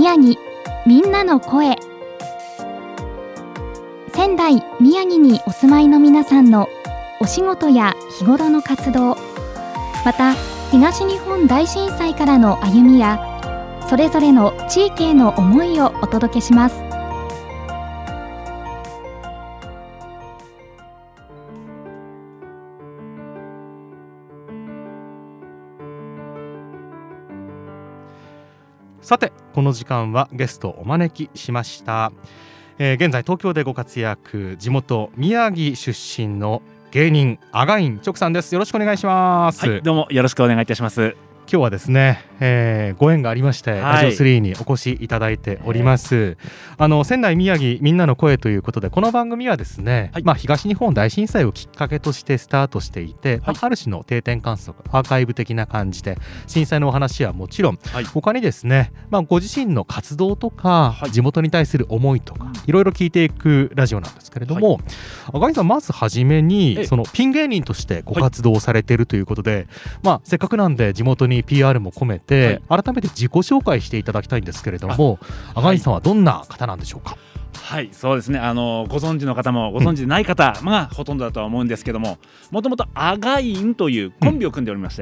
宮城みんなの声。仙台、宮城にお住まいの皆さんのお仕事や日頃の活動、また東日本大震災からの歩みやそれぞれの地域への思いをお届けします。 さて、この時間はゲストをお招きしました。現在東京でご活躍、地元宮城出身の芸人アガインチョクさんです。よろしくお願いします。 はい、どうもよろしくお願いいたします。 今日はですね、ご縁がありまして、ラジオ3にお越しいただいております。仙台宮城みんなの声ということで、この番組はですね、東日本大震災をきっかけとしてスタートしていて、ある種の定点観測アーカイブ的な感じで震災のお話はもちろん、他にですね、ご自身の活動とか、地元に対する思いとか、いろいろ聞いていくラジオなんですけれども、アガインさん、まずはじめにそのピン芸人としてご活動されているということで、せっかくなんで地元にPR も込めて、改めて自己紹介していただきたいんですけれども、アガインさんはどんな方なんでしょうか？ はい、そうですね、ご存知の方もご存知でない方がほとんどだとは思うんですけども、もともとアガインというコンビを組んでおりまして、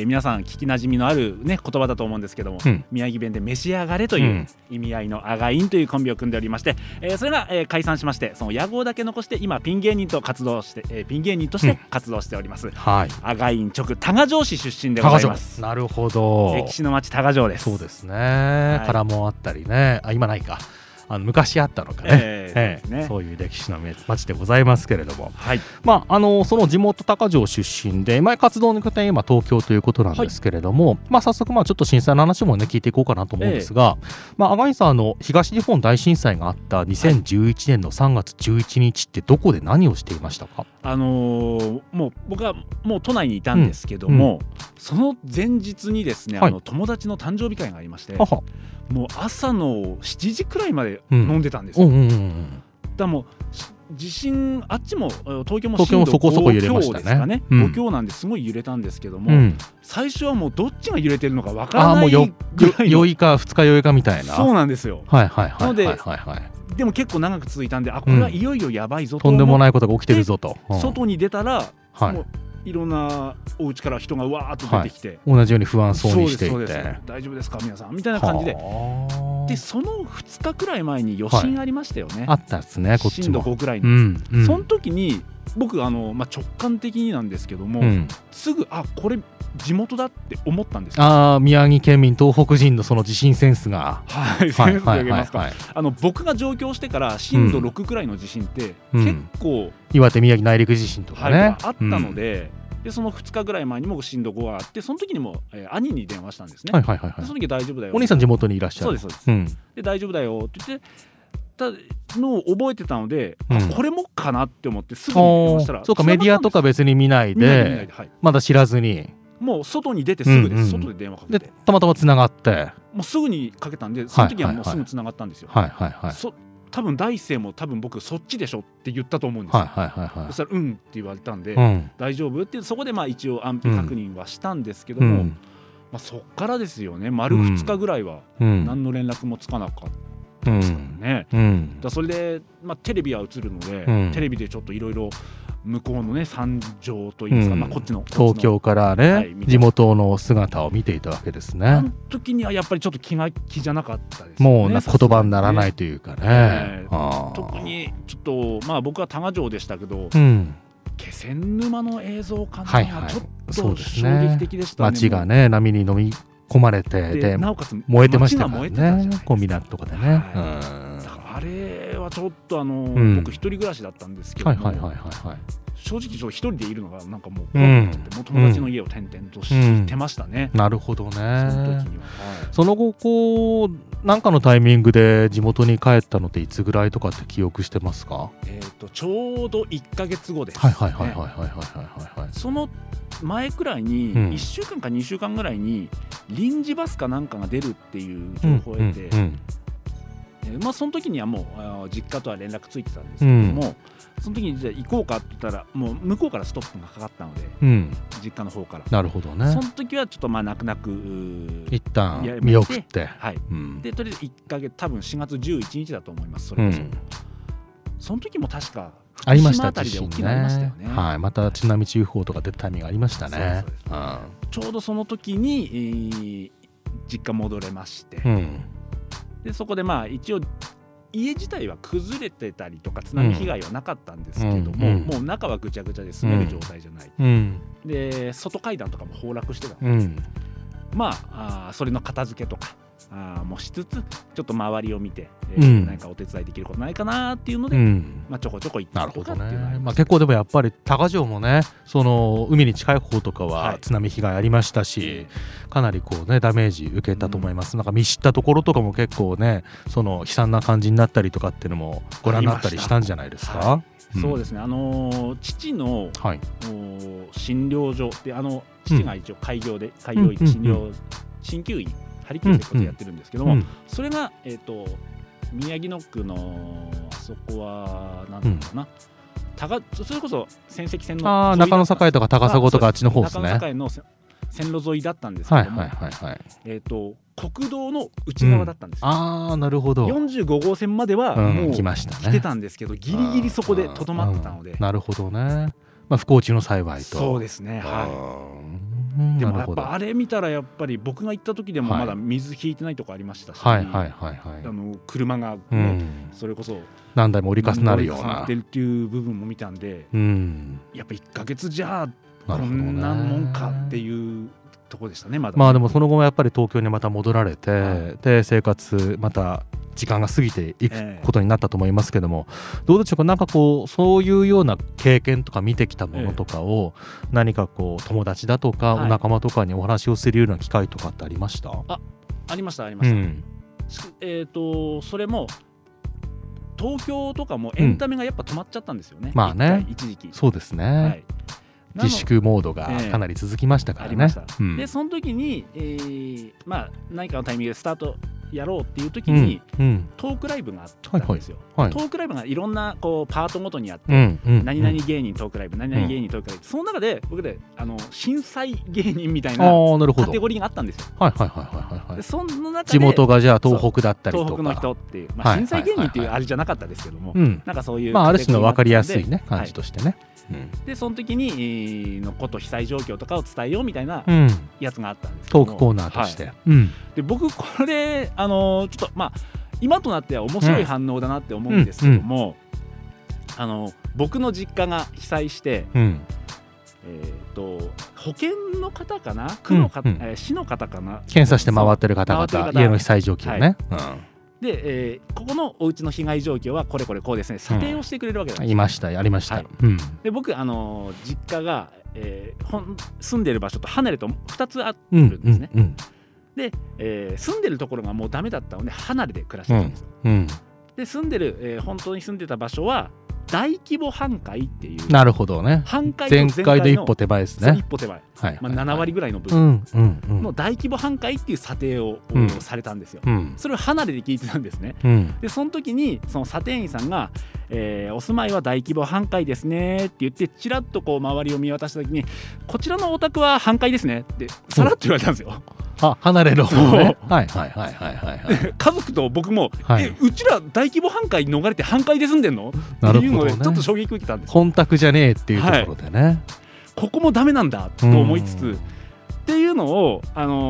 皆さん聞きなじみのある、言葉だと思うんですけども、宮城弁で召し上がれという意味合いのアガインというコンビを組んでおりまして、それが、解散しまして、その屋号だけ残して今ピン芸人と活動して、ピン芸人として活動しております。アガイン直多賀城市出身でございます。 なるほど、 歴史の町多賀城です。 そうですね、からもあったりね、今ないか、昔あったのかね、そういう歴史の町でございますけれども、その地元高城出身で、活動の拠点今東京ということなんですけれども、早速ちょっと震災の話もね聞いていこうかなと思うんですが、アガインさん、東日本大震災があった2011年の3月11日ってどこで何をしていましたか？ もう僕はもう都内にいたんですけども、その前日にですね、友達の誕生日会がありまして、もう朝の7時くらいまで飲んでたんですよ。だもう地震、あっちも東京も震度そこそこ揺れま 5 したね。 強ですかね、5強なんですごい揺れたんですけども、最初はもうどっちが揺れてるのかわからないぐらいの、 酔いか2日酔いかみたいな。 そうなんですよ。なのででも結構長く続いたんで、これはいよいよやばいぞととんでもないことが起きてるぞと、 外に出たら、もういろんなお家から人がわーっと出てきて、 同じように不安そうにしていて、 大丈夫ですか皆さんみたいな感じで、その2日くらい前に余震ありましたよね。 あったですね、こっちも震度5くらいの、その時に僕直感的になんですけども、すぐこれ地元だって思ったんですよ。 宮城県民東北人のその地震センスが、 センスであげますか。僕が上京してから震度6くらいの地震って結構、 岩手宮城内陸地震とかね、 あったので、その2日ぐらい前にも震度5があって、その時にも、兄に電話したんですね。その時大丈夫だよ。 お兄さん地元にいらっしゃる。 そうです。で大丈夫だよって言ってたのを覚えてたので、これもかなって思ってすぐに電話したら、 そうか、メディアとか別に見ないで、まだ知らずにもう外に出てすぐです。外で電話かけて、 でたまたまつながって、 もうすぐにかけたんで、その時はもうすぐつながったんですよ。多分大生も僕そっちでしょって言ったと思うんですよ。そしたらって言われたんで、大丈夫って、そこで一応安否確認はしたんですけども、そっからですよね、丸2日ぐらいは何の連絡もつかなかったですからね。それで、テレビは映るので、テレビでちょっといろいろ向こうのね惨状といいますか、こっちの東京からね、地元の姿を見ていたわけですね。 あの時にはやっぱりちょっと気が気じゃなかったですね。 もう言葉にならないというかね。 特にちょっと僕は多賀城でしたけど、気仙沼の映像かな、ちょっと衝撃的でしたね。 街がね波に飲み込まれて、でなおかつ燃えてましたからね、コンビナとかでね。 あれはちょっと僕一人暮らしだったんですけども、正直一人でいるのがなんかもう怖くなっちゃって、もう友達の家を転々としてましたね。 なるほどね。 その時には、 その後なんかのタイミングで地元に帰ったのっていつぐらいとかって記憶してますか？ ちょうど1ヶ月後です。その前くらいに1週間か2週間ぐらいに臨時バスかなんかが出るっていう情報を得て、 その時にはもう実家とは連絡ついてたんですけども、その時にじゃあ行こうかって言ったらもう向こうからストップがかかったので、実家の方から。 なるほどね。 その時はちょっと泣く泣く一旦見送って、 でとりあえず1ヶ月、多分4月11日だと思います。それこそ、その時も確かありました、 地震ね。 はい、また津波注意報とか出たタイミングがありましたね。 ちょうどその時に、実家戻れまして、でそこで一応家自体は崩れてたりとか津波被害はなかったんですけども、もう中はぐちゃぐちゃで住める状態じゃない、で外階段とかも崩落してたので、それの片付けとかもしつつちょっと周りを見て、何かお手伝いできることないかなっていうので、ちょこちょこ行ってとかっていうのはありました。 結構でもやっぱり多賀城もね、その海に近い方とかは津波被害ありましたし、かなりこうねダメージ受けたと思います。なんか見知ったところとかも結構ね、その悲惨な感じになったりとかっていうのもご覧になったりしたんじゃないですか。 そうですね、父の、診療所で、父が一応開業で鍼灸院ハリキューってことをやってるんですけども、それが、宮城野区のあそこは何だろうな、それこそ仙石線の中野境とか高砂とかあっちの方ですね。 中野境の線路沿いだったんですけども、国道の内側だったんですよ。 なるほど。 45号線まではもう来てたんですけど、ギリギリそこでとどまってたので。 なるほどね。不幸中の幸いと。 そうですね。でもやっぱあれ見たらやっぱり僕が行った時でもまだ水引いてないとこありましたし、車がそれこそ何台も折り重なるようなってるっていう部分も見たんで、やっぱ1ヶ月じゃこんなもんかっていうとこでしたね。まだでもその後もやっぱり東京にまた戻られて、で生活また時間が過ぎていくことになったと思いますけども、どうでしょうか。なんかこうそういうような経験とか見てきたものとかを、何かこう友達だとかお仲間とかにお話をするような機会とかってありました？ ありました。それも東京とかもエンタメがやっぱ止まっちゃったんですよね。一時期。そうですね。 自粛モードがかなり続きましたからね。 でその時に、何かのタイミングでスタートやろうっていう時に、トークライブがあったんですよ。トークライブがいろんなこうパートごとにあって、何々芸人トークライブ、何々芸人トークライブ、その中で僕で震災芸人みたいなカテゴリーがあったんですよ。でその中で地元がじゃあ東北だったりとか、 東北の人っていう、震災芸人っていうあれじゃなかったですけども、なんかそういうある種の分かりやすいね感じとしてね。 でその時にのこと被災状況とかを伝えようみたいなやつがあったんですけど、トークコーナーとして、 で僕これちょっと今となっては面白い反応だなって思うんですけども、僕の実家が被災して、保険の方かな、区の方、市の方かな、 検査して回ってる方々、家の被災状況ね。 で、ここのお家の被害状況はこれこれこうですね、査定をしてくれるわけなんですよ。 いました、ありました。 で僕実家が、住んでる場所と離れと2つあるんですね。で、住んでるところがもうダメだったので離れで暮らしてたんですよ。で住んでる、本当に住んでた場所は大規模半壊っていう。 なるほどね。前回で一歩手前ですね。 一歩手前、7割ぐらいの部分の大規模半壊っていう査定をされたんですよ。それを離れで聞いてたんですね。でその時にその査定員さんが、お住まいは大規模半壊ですねって言って、ちらっとこう周りを見渡した時に、こちらのお宅は半壊ですねってさらっと言われたんですよ。 離れの方ね。 家族と僕も、うちら大規模半壊逃れて半壊で住んでんのっていうのでちょっと衝撃受けたんです。 本宅じゃねえっていうところでね、 ここもダメなんだと思いつつっていうのを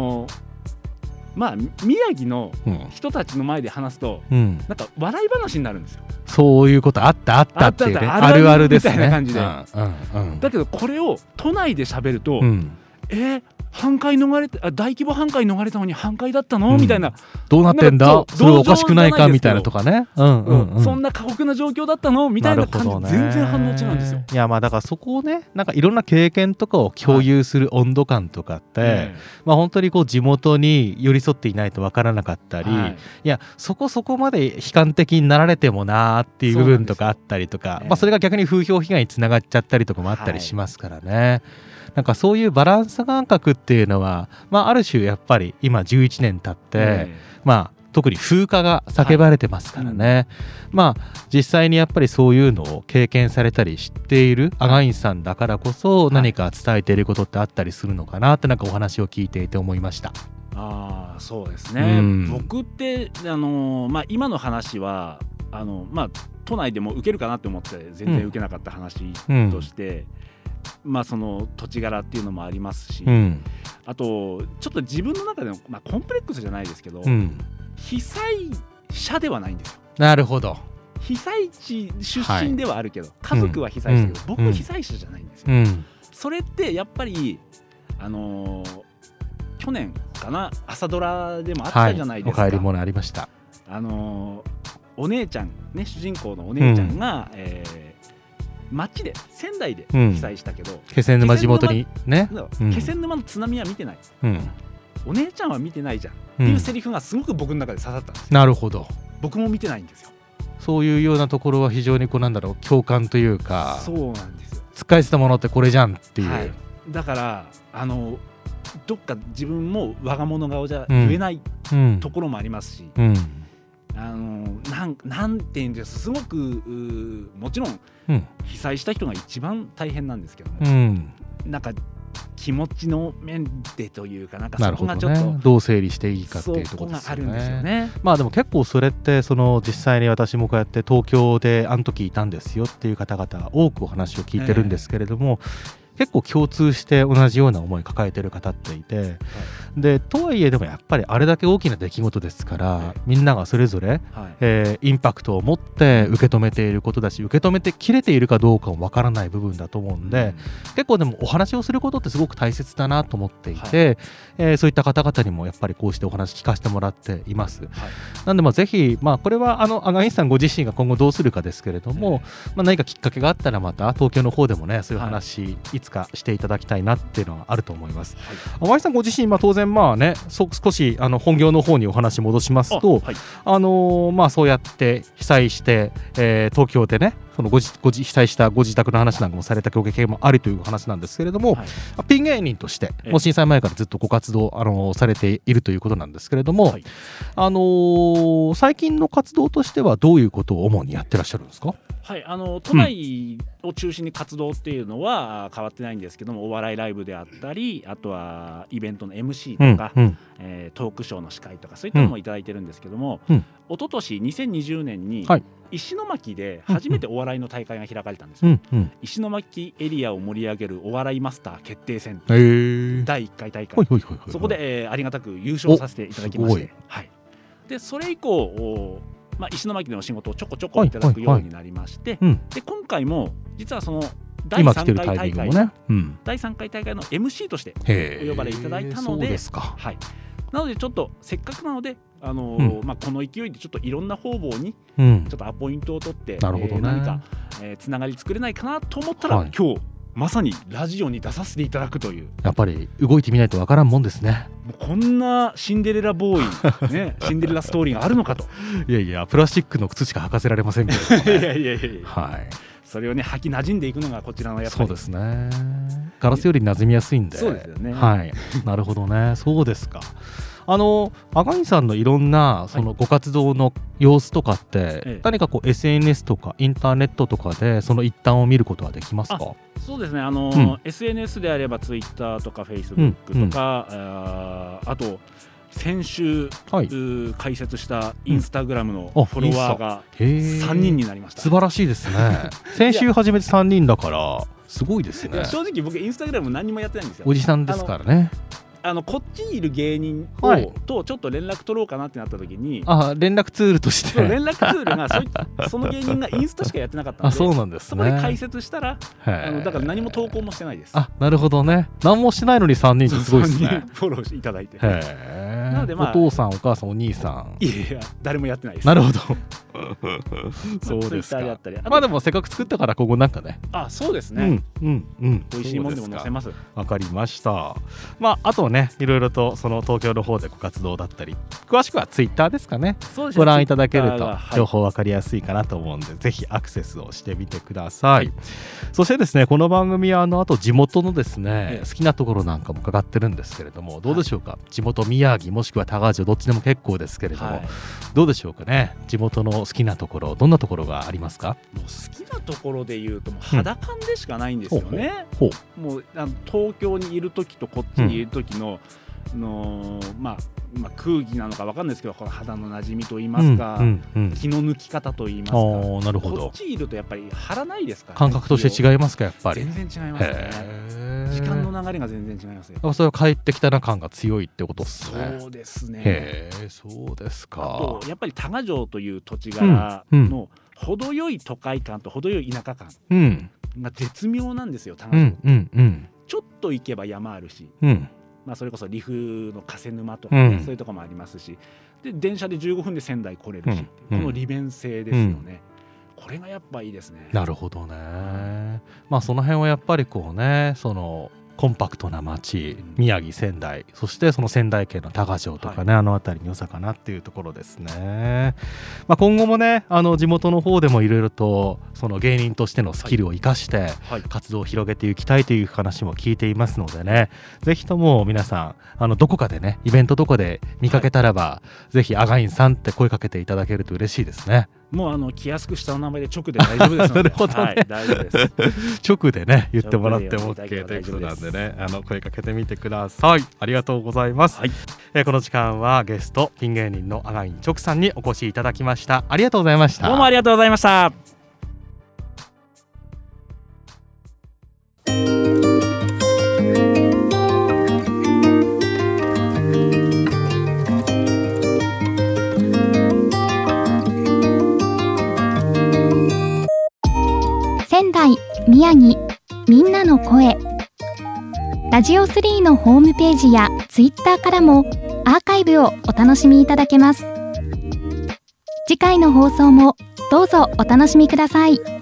宮城の人たちの前で話すと、なんか笑い話になるんですよ。 そういうことあったっていうね、あるあるですね。 みたいな感じで。だけどこれを都内で喋ると、半壊逃れて、大規模半壊逃れたのに半壊だったの、みたいな、 どうなってんだ、それおかしくないかみたいなとかね、 そんな過酷な状況だったのみたいな感じで全然反応違うんですよ。 いやだからそこをね、なんかいろんな経験とかを共有する温度感とかって、本当にこう地元に寄り添っていないと分からなかったり、いやそこまで悲観的になられてもなーっていう部分とかあったりとか、それが逆に風評被害につながっちゃったりとかもあったりしますからね。なんかそういうバランス感覚っていうのは、ある種やっぱり今11年経って、 特に風化が叫ばれてますからね、まあ実際にやっぱりそういうのを経験されたり知っているアガインさんだからこそ何か伝えていることってあったりするのかなってなんかお話を聞いていて思いました。 そうですね、僕って今の話は都内でも受けるかなって思って全然受けなかった話として、その土地柄っていうのもありますし、あとちょっと自分の中での、コンプレックスじゃないですけど、被災者ではないんですよ。 なるほど。 被災地出身ではあるけど、家族は被災者だけど、僕は被災者じゃないんですよ、それってやっぱり去年かな、朝ドラでもあったじゃないですか、 お帰り物ありました。 お姉ちゃんね、主人公のお姉ちゃんが、町で仙台で被災したけど、 気仙沼地元にね、 気仙沼の津波は見てない、お姉ちゃんは見てないじゃんっていうセリフがすごく僕の中で刺さったんですよ。 なるほど。 僕も見てないんですよ。 そういうようなところは非常に共感というか、 そうなんですよ。 使い捨てたものってこれじゃんっていう、 だからどっか自分も我が物顔じゃ言えないところもありますし、なんていうんです、すごくもちろん被災した人が一番大変なんですけども、なんか気持ちの面でというか、なんかそこがちょっとどう整理していいかっていうところですよね。 そこがあるんですよね。 でも結構それって実際に私もこうやって東京であの時いたんですよっていう方々多くお話を聞いてるんですけれども、結構共通して同じような思い抱えてる方っていて、でとはいえでもやっぱりあれだけ大きな出来事ですから、みんながそれぞれ、インパクトを持って受け止めていることだし、受け止めてきれているかどうかもわからない部分だと思うんで、結構でもお話をすることってすごく大切だなと思っていて、そういった方々にもやっぱりこうしてお話聞かせてもらっています。なんでぜひこれはアガインさんご自身が今後どうするかですけれども、何かきっかけがあったらまた東京の方でもね、そういう話いつかしていただきたいなっていうのはあると思います。アガインさんご自身当然少し本業の方にお話戻しますと、そうやって被災して、東京でね被災したご自宅の話なんかもされたご経験もあるという話なんですけれども、ピン芸人としてもう震災前からずっとご活動されているということなんですけれども、最近の活動としてはどういうことを主にやってらっしゃるんですか？ 都内を中心に活動っていうのは変わってないんですけども、お笑いライブであったり、あとはイベントの MC とか、トークショーの司会とかそういったのもいただいてるんですけども、一昨年2020年に石巻で初めてお笑いの大会が開かれたんですよ。石巻エリアを盛り上げるお笑いマスター決定戦第1回大会、そこで、ありがたく優勝させていただきまして、でそれ以降石巻での仕事をちょこちょこいただくようになりまして、で今回も実はその第3回大会の、第3回大会の MC としてお呼ばれいただいたので、なのでちょっとせっかくなのでこの勢いでちょっといろんな方々にちょっとアポイントを取って、何かつながり作れないかなと思ったら、今日まさにラジオに出させていただくという。やっぱり動いてみないとわからんもんですね。 もうこんなシンデレラボーイ、ね、シンデレラストーリーがあるのかと。 いやいや、プラスチックの靴しか履かせられませんけど、 いやいやいや、それをね履き馴染んでいくのがこちらのやっぱり。 そうですね。ガラスより馴染みやすいんで。 そうですよね。 なるほどね。そうですか。アガインさんのいろんなそのご活動の様子とかって、何かSNS とかインターネットとかでその一端を見ることはできますか？ そうですね、SNS であれば Twitter とか Facebook とか、あと先週、開設したインスタグラムのフォロワーが3人になりました。 素晴らしいですね。先週始めて3人だからすごいですね。 正直僕インスタグラム何もやってないんですよ。 おじさんですからね。 こっちにいる芸人とちょっと連絡取ろうかなってなった時に、 連絡ツールとして、 連絡ツールがその芸人がインスタしかやってなかったので、 そうなんですね。 そこで解説したら、だから何も投稿もしてないです。 なるほどね。何もしないのに3人ってすごいですね。 フォローしていただいて。 なのでお父さんお母さんお兄さん、 いや誰もやってないです。 なるほど。 そうですか。 ツイッターであったり、 まあでもせっかく作ったから今後なんかね。 そうですね。美味しいもんでも載せます。 わかりました。まああとね、いろいろとその東京の方でご活動だったり、詳しくはツイッターですかね。ご覧いただけると情報わかりやすいかなと思うんで、ぜひアクセスをしてみてください。そしてですね、この番組はあと地元のですね、好きなところなんかも伺ってるんですけれども、どうでしょうか。地元宮城もしくは多賀城どっちでも結構ですけれども、どうでしょうかね。地元の好きなところ、どんなところがありますか。 もう好きなところで言うともう肌感でしかないんですよね。もう東京にいる時とこっちにいる時の、空気なのか分かんないですけど、この肌の馴染みと言いますか、気の抜き方と言いますか、 なるほど。 こっちいるとやっぱり張らないですから、ね、 感覚として違いますか。やっぱり全然違いますね。時間の流れが全然違いますよ。 それは帰ってきたな感が強いってことですね。 そうですね。 そうですか。 あとやっぱり多賀城という土地柄の程よい都会感と程よい田舎感が絶妙なんですよ。多賀城、ちょっと行けば山あるし、それこそ利府の加瀬沼とかね、そういうところもありますし、で電車で15分で仙台来れるし、この利便性ですよね。これがやっぱいいですね。 なるほどね。その辺はやっぱりこうね、そのコンパクトな町、宮城仙台、そしてその仙台県の多賀城とかね、あの辺りに良さかなっていうところですね。今後もね、地元の方でもいろいろとその芸人としてのスキルを生かして活動を広げていきたいという話も聞いていますのでね、ぜひとも皆さんどこかでね、イベントどこで見かけたらば、ぜひアガインさんって声かけていただけると嬉しいですね。 もう気安く下の名前で直で大丈夫ですので。なるほどね。大丈夫です。 直でね言ってもらっても OK ということなんでね、声かけてみてください。ありがとうございます。この時間はゲストピン芸人のアガイン直さんにお越しいただきました。ありがとうございました。 どうもありがとうございました。 仙台、宮城、みんなの声。ラジオ3のホームページやツイッターからもアーカイブをお楽しみいただけます。次回の放送もどうぞお楽しみください。